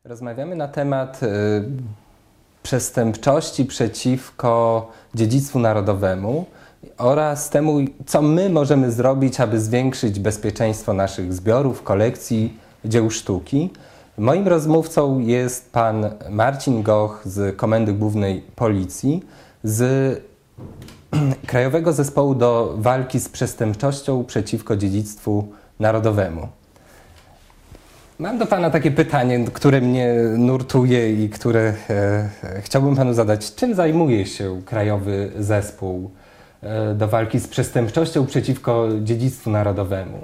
Rozmawiamy na temat przestępczości przeciwko dziedzictwu narodowemu oraz temu, co my możemy zrobić, aby zwiększyć bezpieczeństwo naszych zbiorów, kolekcji, dzieł sztuki. Moim rozmówcą jest pan Marcin Goch z Komendy Głównej Policji, z Krajowego Zespołu do Walki z Przestępczością przeciwko Dziedzictwu Narodowemu. Mam do pana takie pytanie, które mnie nurtuje i które chciałbym panu zadać. Czym zajmuje się Krajowy Zespół do Walki z Przestępczością przeciwko Dziedzictwu Narodowemu?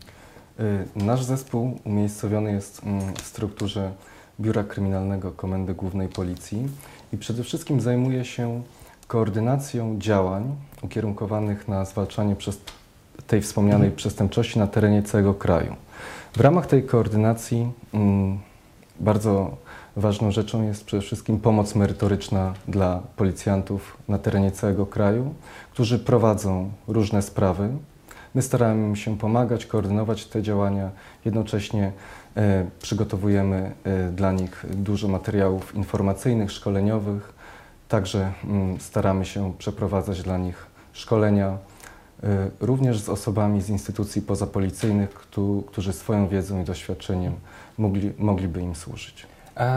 Nasz zespół umiejscowiony jest w strukturze Biura Kryminalnego Komendy Głównej Policji i przede wszystkim zajmuje się koordynacją działań ukierunkowanych na zwalczanie tej wspomnianej przestępczości na terenie całego kraju. W ramach tej koordynacji bardzo ważną rzeczą jest przede wszystkim pomoc merytoryczna dla policjantów na terenie całego kraju, którzy prowadzą różne sprawy. My staramy się pomagać, koordynować te działania, jednocześnie przygotowujemy dla nich dużo materiałów informacyjnych, szkoleniowych, także staramy się przeprowadzać dla nich szkolenia, również z osobami z instytucji pozapolicyjnych, którzy swoją wiedzą i doświadczeniem mogliby im służyć.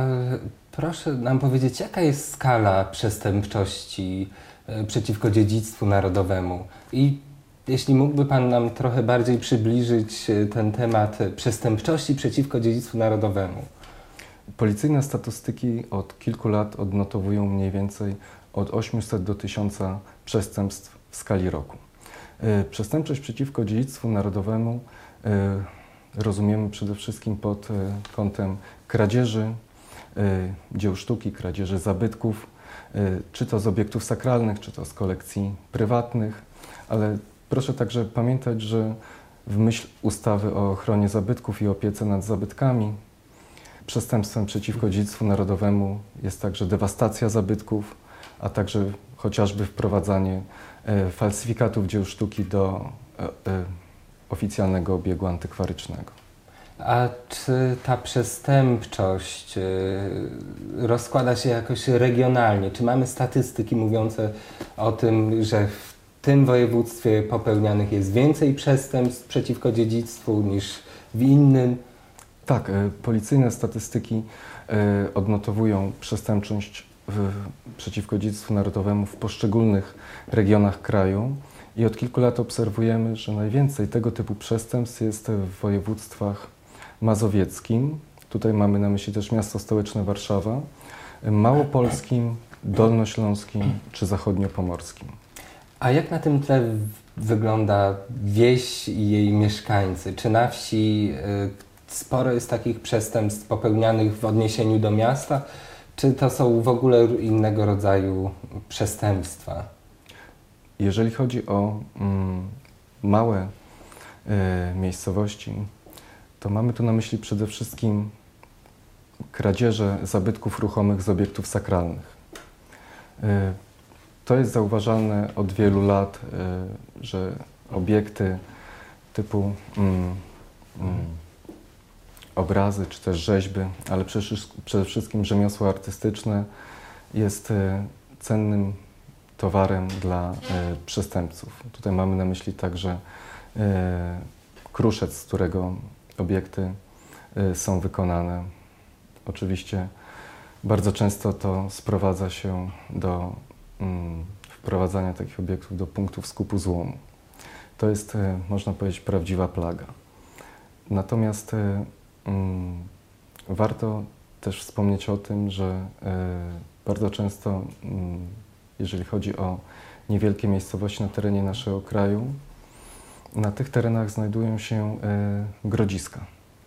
Proszę nam powiedzieć, jaka jest skala przestępczości przeciwko dziedzictwu narodowemu? I jeśli mógłby pan nam trochę bardziej przybliżyć ten temat przestępczości przeciwko dziedzictwu narodowemu. Policyjne statystyki od kilku lat odnotowują mniej więcej od 800 do 1000 przestępstw w skali roku. Przestępczość przeciwko dziedzictwu narodowemu rozumiemy przede wszystkim pod kątem kradzieży dzieł sztuki, kradzieży zabytków, czy to z obiektów sakralnych, czy to z kolekcji prywatnych, ale proszę także pamiętać, że w myśl ustawy o ochronie zabytków i opiece nad zabytkami przestępstwem przeciwko dziedzictwu narodowemu jest także dewastacja zabytków, a także chociażby wprowadzanie falsyfikatów dzieł sztuki do oficjalnego obiegu antykwarycznego. A czy ta przestępczość rozkłada się jakoś regionalnie? Czy mamy statystyki mówiące o tym, że w tym województwie popełnianych jest więcej przestępstw przeciwko dziedzictwu niż w innym? Tak, policyjne statystyki odnotowują przestępczość przeciwko dziedzictwu narodowemu w poszczególnych regionach kraju i od kilku lat obserwujemy, że najwięcej tego typu przestępstw jest w województwach mazowieckim, tutaj mamy na myśli też miasto stołeczne Warszawa, małopolskim, dolnośląskim czy zachodniopomorskim. A jak na tym tle wygląda wieś i jej mieszkańcy? Czy na wsi sporo jest takich przestępstw popełnianych w odniesieniu do miasta? Czy to są w ogóle innego rodzaju przestępstwa? Jeżeli chodzi o małe miejscowości, to mamy tu na myśli przede wszystkim kradzieże zabytków ruchomych z obiektów sakralnych. To jest zauważalne od wielu lat, że obiekty typu obrazy czy też rzeźby, ale przede wszystkim rzemiosło artystyczne jest cennym towarem dla przestępców. Tutaj mamy na myśli także kruszec, z którego obiekty są wykonane. Oczywiście bardzo często to sprowadza się do wprowadzania takich obiektów do punktów skupu złomu. To jest, można powiedzieć, prawdziwa plaga. Natomiast warto też wspomnieć o tym, że bardzo często, jeżeli chodzi o niewielkie miejscowości na terenie naszego kraju, na tych terenach znajdują się grodziska.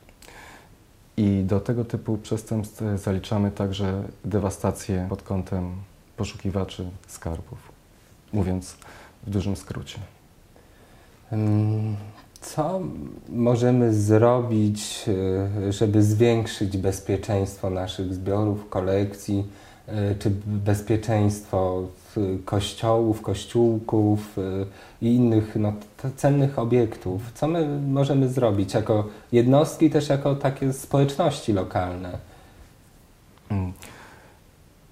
I do tego typu przestępstw zaliczamy także dewastację pod kątem poszukiwaczy skarbów, mówiąc w dużym skrócie. Co możemy zrobić, żeby zwiększyć bezpieczeństwo naszych zbiorów, kolekcji, czy bezpieczeństwo kościołów, kościółków i innych cennych obiektów? Co my możemy zrobić jako jednostki, też jako takie społeczności lokalne?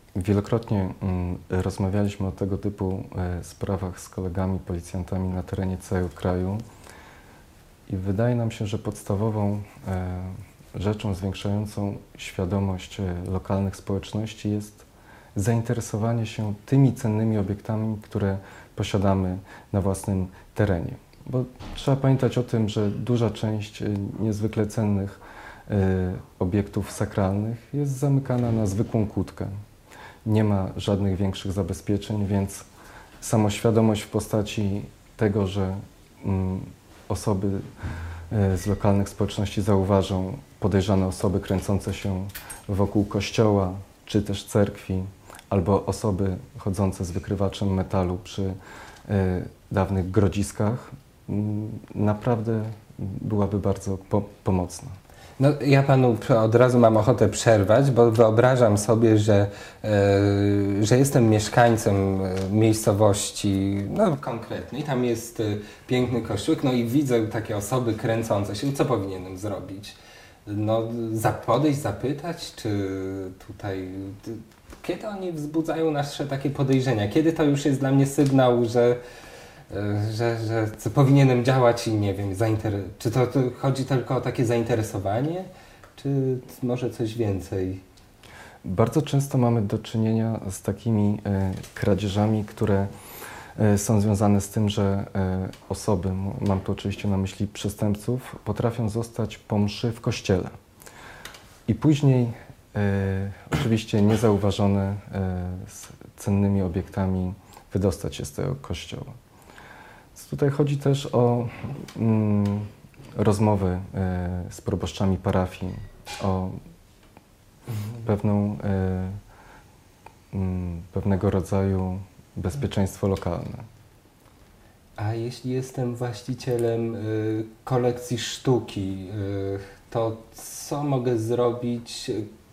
Wielokrotnie rozmawialiśmy o tego typu sprawach z kolegami policjantami na terenie całego kraju i wydaje nam się, że podstawową rzeczą zwiększającą świadomość lokalnych społeczności jest zainteresowanie się tymi cennymi obiektami, które posiadamy na własnym terenie. Bo trzeba pamiętać o tym, że duża część niezwykle cennych obiektów sakralnych jest zamykana na zwykłą kłódkę. Nie ma żadnych większych zabezpieczeń, więc samoświadomość w postaci tego, że osoby z lokalnych społeczności zauważą podejrzane osoby kręcące się wokół kościoła czy też cerkwi, albo osoby chodzące z wykrywaczem metalu przy dawnych grodziskach, naprawdę byłaby bardzo pomocna. No, ja panu od razu mam ochotę przerwać, bo wyobrażam sobie, że jestem mieszkańcem miejscowości konkretnej. Tam jest piękny kościółek, no i widzę takie osoby kręcące się. Co powinienem zrobić? No, podejść, zapytać, czy tutaj... Kiedy oni wzbudzają nasze takie podejrzenia? Kiedy to już jest dla mnie sygnał, że powinienem działać i nie wiem, czy to chodzi tylko o takie zainteresowanie, czy może coś więcej? Bardzo często mamy do czynienia z takimi kradzieżami, które są związane z tym, że osoby, mam tu oczywiście na myśli przestępców, potrafią zostać po mszy w kościele i później oczywiście niezauważone z cennymi obiektami wydostać się z tego kościoła. Więc tutaj chodzi też o rozmowy z proboszczami parafii, o pewnego rodzaju bezpieczeństwo lokalne. A jeśli jestem właścicielem kolekcji sztuki, to co mogę zrobić,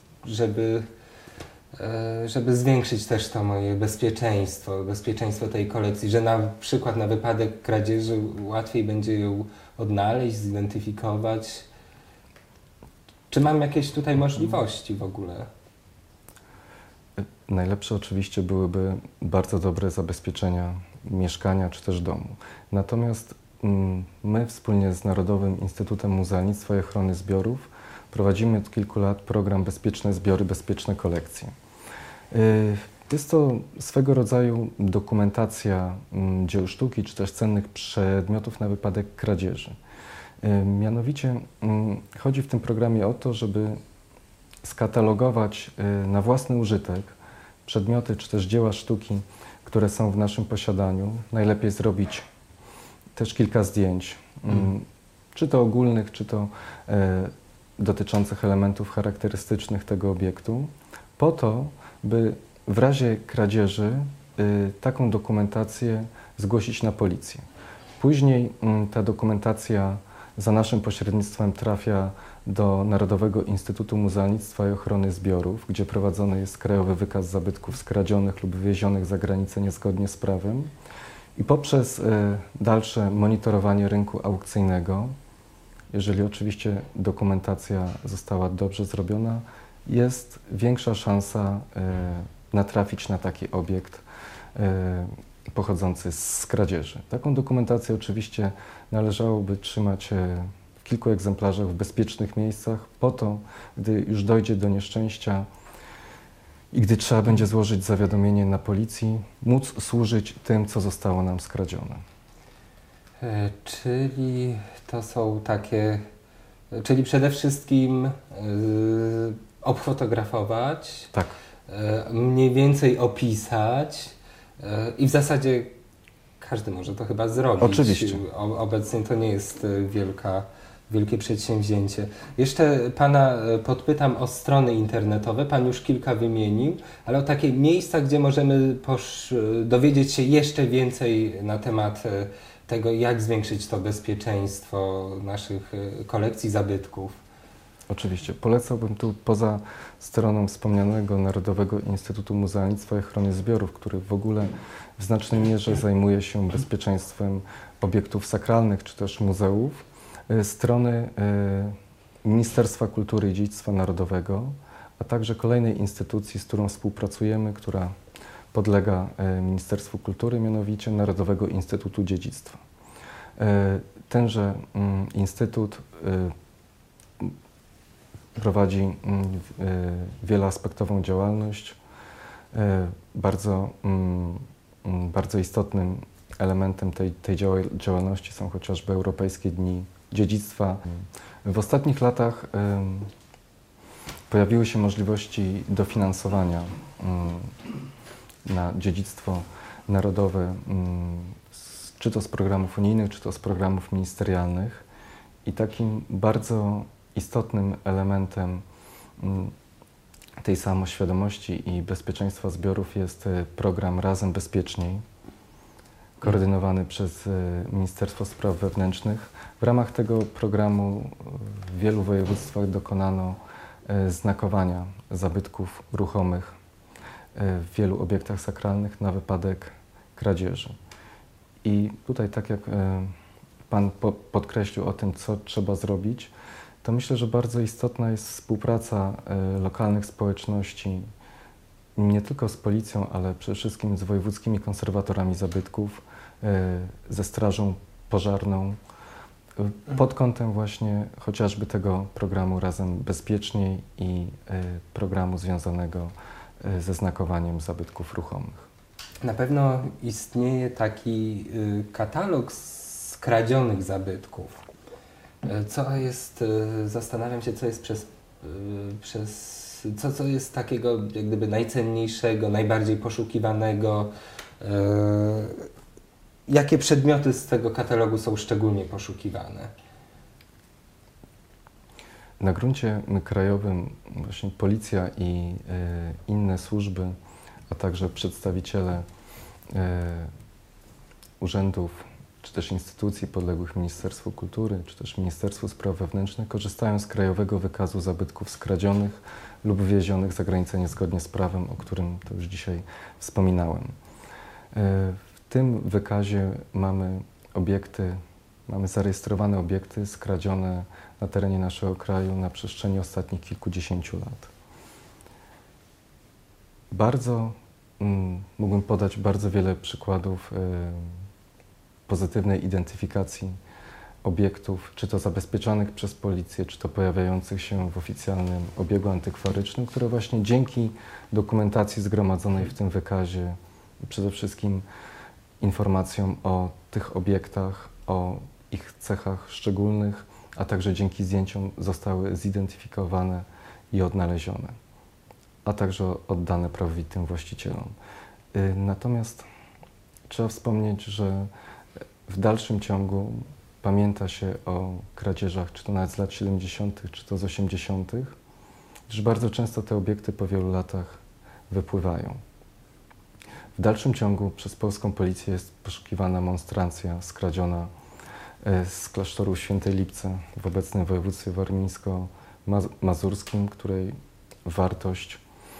żeby zwiększyć też to moje bezpieczeństwo tej kolekcji, że na przykład na wypadek kradzieży łatwiej będzie ją odnaleźć, zidentyfikować? Czy mam jakieś tutaj możliwości w ogóle? Najlepsze oczywiście byłyby bardzo dobre zabezpieczenia mieszkania czy też domu. Natomiast my wspólnie z Narodowym Instytutem Muzealnictwa i Ochrony Zbiorów prowadzimy od kilku lat program Bezpieczne Zbiory, Bezpieczne Kolekcje. Jest to swego rodzaju dokumentacja dzieł sztuki czy też cennych przedmiotów na wypadek kradzieży. Mianowicie chodzi w tym programie o to, żeby skatalogować na własny użytek przedmioty czy też dzieła sztuki, które są w naszym posiadaniu. Najlepiej zrobić też kilka zdjęć, czy to ogólnych, czy to dotyczących elementów charakterystycznych tego obiektu, po to, by w razie kradzieży taką dokumentację zgłosić na policję. Później ta dokumentacja za naszym pośrednictwem trafia do Narodowego Instytutu Muzealnictwa i Ochrony Zbiorów, gdzie prowadzony jest krajowy wykaz zabytków skradzionych lub wywiezionych za granicę niezgodnie z prawem. I poprzez dalsze monitorowanie rynku aukcyjnego, jeżeli oczywiście dokumentacja została dobrze zrobiona, jest większa szansa natrafić na taki obiekt pochodzący z kradzieży. Taką dokumentację oczywiście należałoby trzymać w kilku egzemplarzach w bezpiecznych miejscach, po to, gdy już dojdzie do nieszczęścia i gdy trzeba będzie złożyć zawiadomienie na policji, móc służyć tym, co zostało nam skradzione. Czyli to są takie, czyli przede wszystkim obfotografować, Tak. Mniej więcej opisać i w zasadzie każdy może to chyba zrobić. Oczywiście. Obecnie to nie jest wielkie przedsięwzięcie. Jeszcze Pana podpytam o strony internetowe. Pan już kilka wymienił, ale o takie miejsca, gdzie możemy dowiedzieć się jeszcze więcej na temat tego, jak zwiększyć to bezpieczeństwo naszych kolekcji zabytków. Oczywiście. Polecałbym tu poza stroną wspomnianego Narodowego Instytutu Muzealnictwa i Ochrony Zbiorów, który w ogóle w znacznej mierze zajmuje się bezpieczeństwem obiektów sakralnych czy też muzeów, strony Ministerstwa Kultury i Dziedzictwa Narodowego a także kolejnej instytucji, z którą współpracujemy, która podlega Ministerstwu Kultury, mianowicie Narodowego Instytutu Dziedzictwa. Tenże instytut prowadzi wieloaspektową działalność. Bardzo istotnym elementem tej działalności są chociażby Europejskie Dni Dziedzictwa. W ostatnich latach pojawiły się możliwości dofinansowania na dziedzictwo narodowe, czy to z programów unijnych, czy to z programów ministerialnych. I takim bardzo istotnym elementem tej samoświadomości i bezpieczeństwa zbiorów jest program Razem Bezpieczniej, koordynowany przez Ministerstwo Spraw Wewnętrznych. W ramach tego programu w wielu województwach dokonano znakowania zabytków ruchomych w wielu obiektach sakralnych na wypadek kradzieży. I tutaj, tak jak Pan podkreślił o tym, co trzeba zrobić, to myślę, że bardzo istotna jest współpraca lokalnych społeczności, nie tylko z policją, ale przede wszystkim z wojewódzkimi konserwatorami zabytków, ze strażą pożarną, pod kątem właśnie chociażby tego programu Razem Bezpieczniej i programu związanego ze znakowaniem zabytków ruchomych. Na pewno istnieje taki katalog skradzionych zabytków. Zastanawiam się, co jest co jest takiego jak gdyby najcenniejszego, najbardziej poszukiwanego. Jakie przedmioty z tego katalogu są szczególnie poszukiwane? Na gruncie krajowym właśnie policja i inne służby, a także przedstawiciele urzędów czy też instytucji podległych Ministerstwu Kultury, czy też Ministerstwu Spraw Wewnętrznych korzystają z Krajowego Wykazu Zabytków Skradzionych lub wywiezionych za granicę niezgodnie z prawem, o którym to już dzisiaj wspominałem. W tym wykazie mamy zarejestrowane obiekty skradzione na terenie naszego kraju na przestrzeni ostatnich kilkudziesięciu lat. Mógłbym podać bardzo wiele przykładów pozytywnej identyfikacji obiektów, czy to zabezpieczanych przez policję, czy to pojawiających się w oficjalnym obiegu antykwarycznym, które właśnie dzięki dokumentacji zgromadzonej w tym wykazie, przede wszystkim informacjom o tych obiektach, o ich cechach szczególnych, a także dzięki zdjęciom zostały zidentyfikowane i odnalezione, a także oddane prawowitym właścicielom. Natomiast trzeba wspomnieć, że w dalszym ciągu pamięta się o kradzieżach, czy to nawet z lat 70., czy to z 80., gdyż bardzo często te obiekty po wielu latach wypływają. W dalszym ciągu przez polską policję jest poszukiwana monstrancja skradziona z klasztoru Świętej Lipce w obecnym województwie warmińsko-mazurskim, której wartość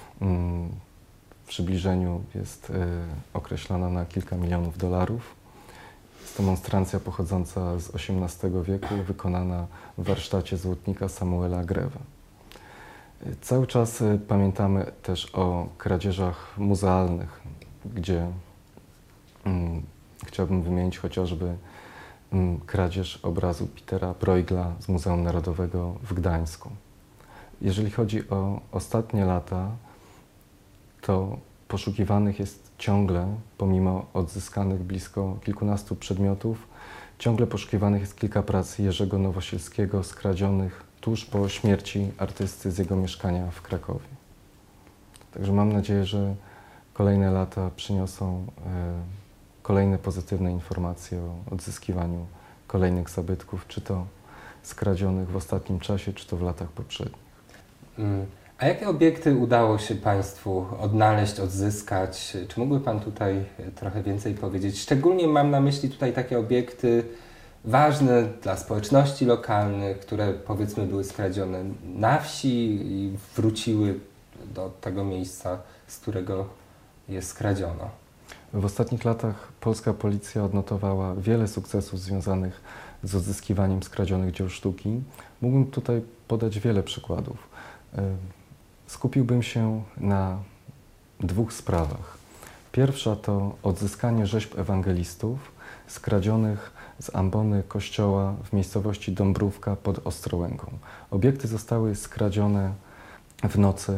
w przybliżeniu jest określona na kilka milionów dolarów. Jest to monstrancja pochodząca z XVIII wieku, wykonana w warsztacie złotnika Samuela Greve. Cały czas pamiętamy też o kradzieżach muzealnych, gdzie chciałbym wymienić chociażby kradzież obrazu Petera Bruegla z Muzeum Narodowego w Gdańsku. Jeżeli chodzi o ostatnie lata, to poszukiwanych jest ciągle, pomimo odzyskanych blisko kilkunastu przedmiotów, ciągle poszukiwanych jest kilka prac Jerzego Nowosielskiego skradzionych tuż po śmierci artysty z jego mieszkania w Krakowie. Także mam nadzieję, że kolejne lata przyniosą kolejne pozytywne informacje o odzyskiwaniu kolejnych zabytków, czy to skradzionych w ostatnim czasie, czy to w latach poprzednich. A jakie obiekty udało się Państwu odnaleźć, odzyskać? Czy mógłby Pan tutaj trochę więcej powiedzieć? Szczególnie mam na myśli tutaj takie obiekty ważne dla społeczności lokalnych, które powiedzmy były skradzione na wsi i wróciły do tego miejsca, z którego je skradziono. W ostatnich latach polska policja odnotowała wiele sukcesów związanych z odzyskiwaniem skradzionych dzieł sztuki. Mógłbym tutaj podać wiele przykładów. skupiłbym się na dwóch sprawach. Pierwsza to odzyskanie rzeźb ewangelistów skradzionych z ambony kościoła w miejscowości Dąbrówka pod Ostrołęką. Obiekty zostały skradzione w nocy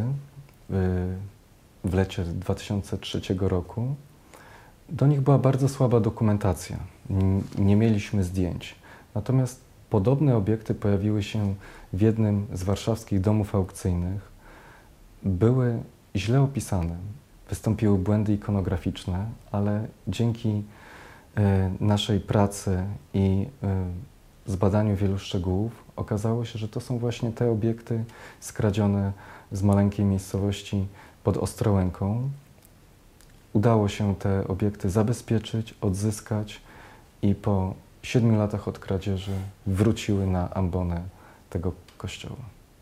w lecie 2003 roku. Do nich była bardzo słaba dokumentacja. Nie mieliśmy zdjęć. Natomiast podobne obiekty pojawiły się w jednym z warszawskich domów aukcyjnych. Były źle opisane. Wystąpiły błędy ikonograficzne, ale dzięki naszej pracy i zbadaniu wielu szczegółów okazało się, że to są właśnie te obiekty skradzione z maleńkiej miejscowości pod Ostrołęką. Udało się te obiekty zabezpieczyć, odzyskać i po 7 latach od kradzieży wróciły na ambonę tego kościoła.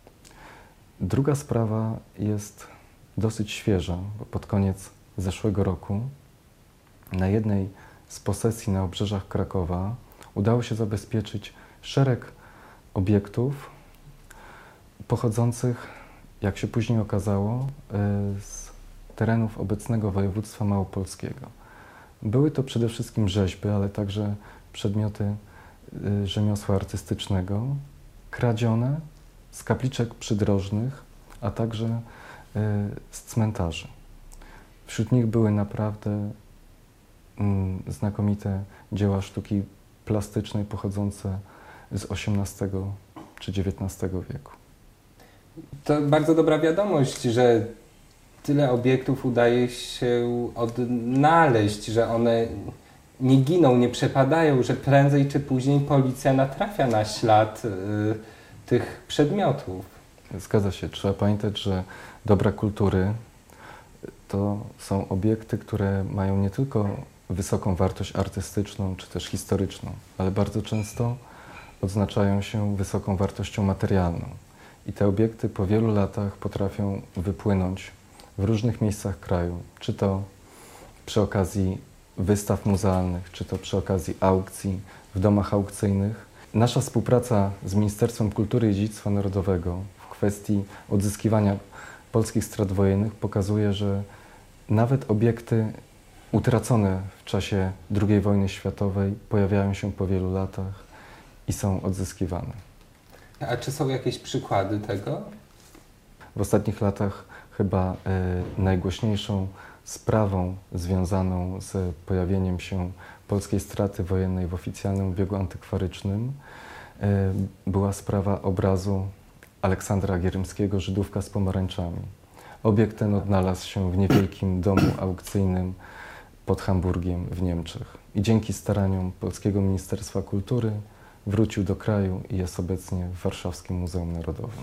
Druga sprawa jest dosyć świeża, bo pod koniec zeszłego roku na jednej z posesji na obrzeżach Krakowa udało się zabezpieczyć szereg obiektów pochodzących, jak się później okazało, z terenów obecnego województwa małopolskiego. Były to przede wszystkim rzeźby, ale także przedmioty rzemiosła artystycznego, kradzione z kapliczek przydrożnych, a także z cmentarzy. Wśród nich były naprawdę znakomite dzieła sztuki plastycznej pochodzące z XVIII czy XIX wieku. To bardzo dobra wiadomość, że tyle obiektów udaje się odnaleźć, że one nie giną, nie przepadają, że prędzej czy później policja natrafia na ślad tych przedmiotów. Zgadza się. Trzeba pamiętać, że dobra kultury to są obiekty, które mają nie tylko wysoką wartość artystyczną czy też historyczną, ale bardzo często odznaczają się wysoką wartością materialną. I te obiekty po wielu latach potrafią wypłynąć w różnych miejscach kraju, czy to przy okazji wystaw muzealnych, czy to przy okazji aukcji w domach aukcyjnych. Nasza współpraca z Ministerstwem Kultury i Dziedzictwa Narodowego w kwestii odzyskiwania polskich strat wojennych pokazuje, że nawet obiekty utracone w czasie II wojny światowej pojawiają się po wielu latach i są odzyskiwane. A czy są jakieś przykłady tego? W ostatnich latach chyba najgłośniejszą sprawą związaną z pojawieniem się polskiej straty wojennej w oficjalnym biegu antykwarycznym była sprawa obrazu Aleksandra Gierymskiego „Żydówka z pomarańczami”. Obiekt ten odnalazł się w niewielkim domu aukcyjnym pod Hamburgiem w Niemczech. I dzięki staraniom Polskiego Ministerstwa Kultury wrócił do kraju i jest obecnie w Warszawskim Muzeum Narodowym.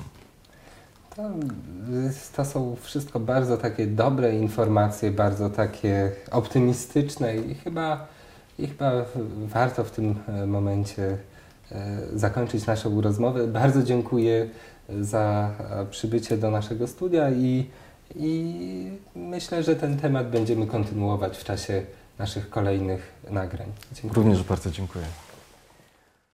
To są wszystko bardzo takie dobre informacje, bardzo takie optymistyczne i chyba warto w tym momencie zakończyć naszą rozmowę. Bardzo dziękuję za przybycie do naszego studia i myślę, że ten temat będziemy kontynuować w czasie naszych kolejnych nagrań. Dziękuję. Również bardzo dziękuję.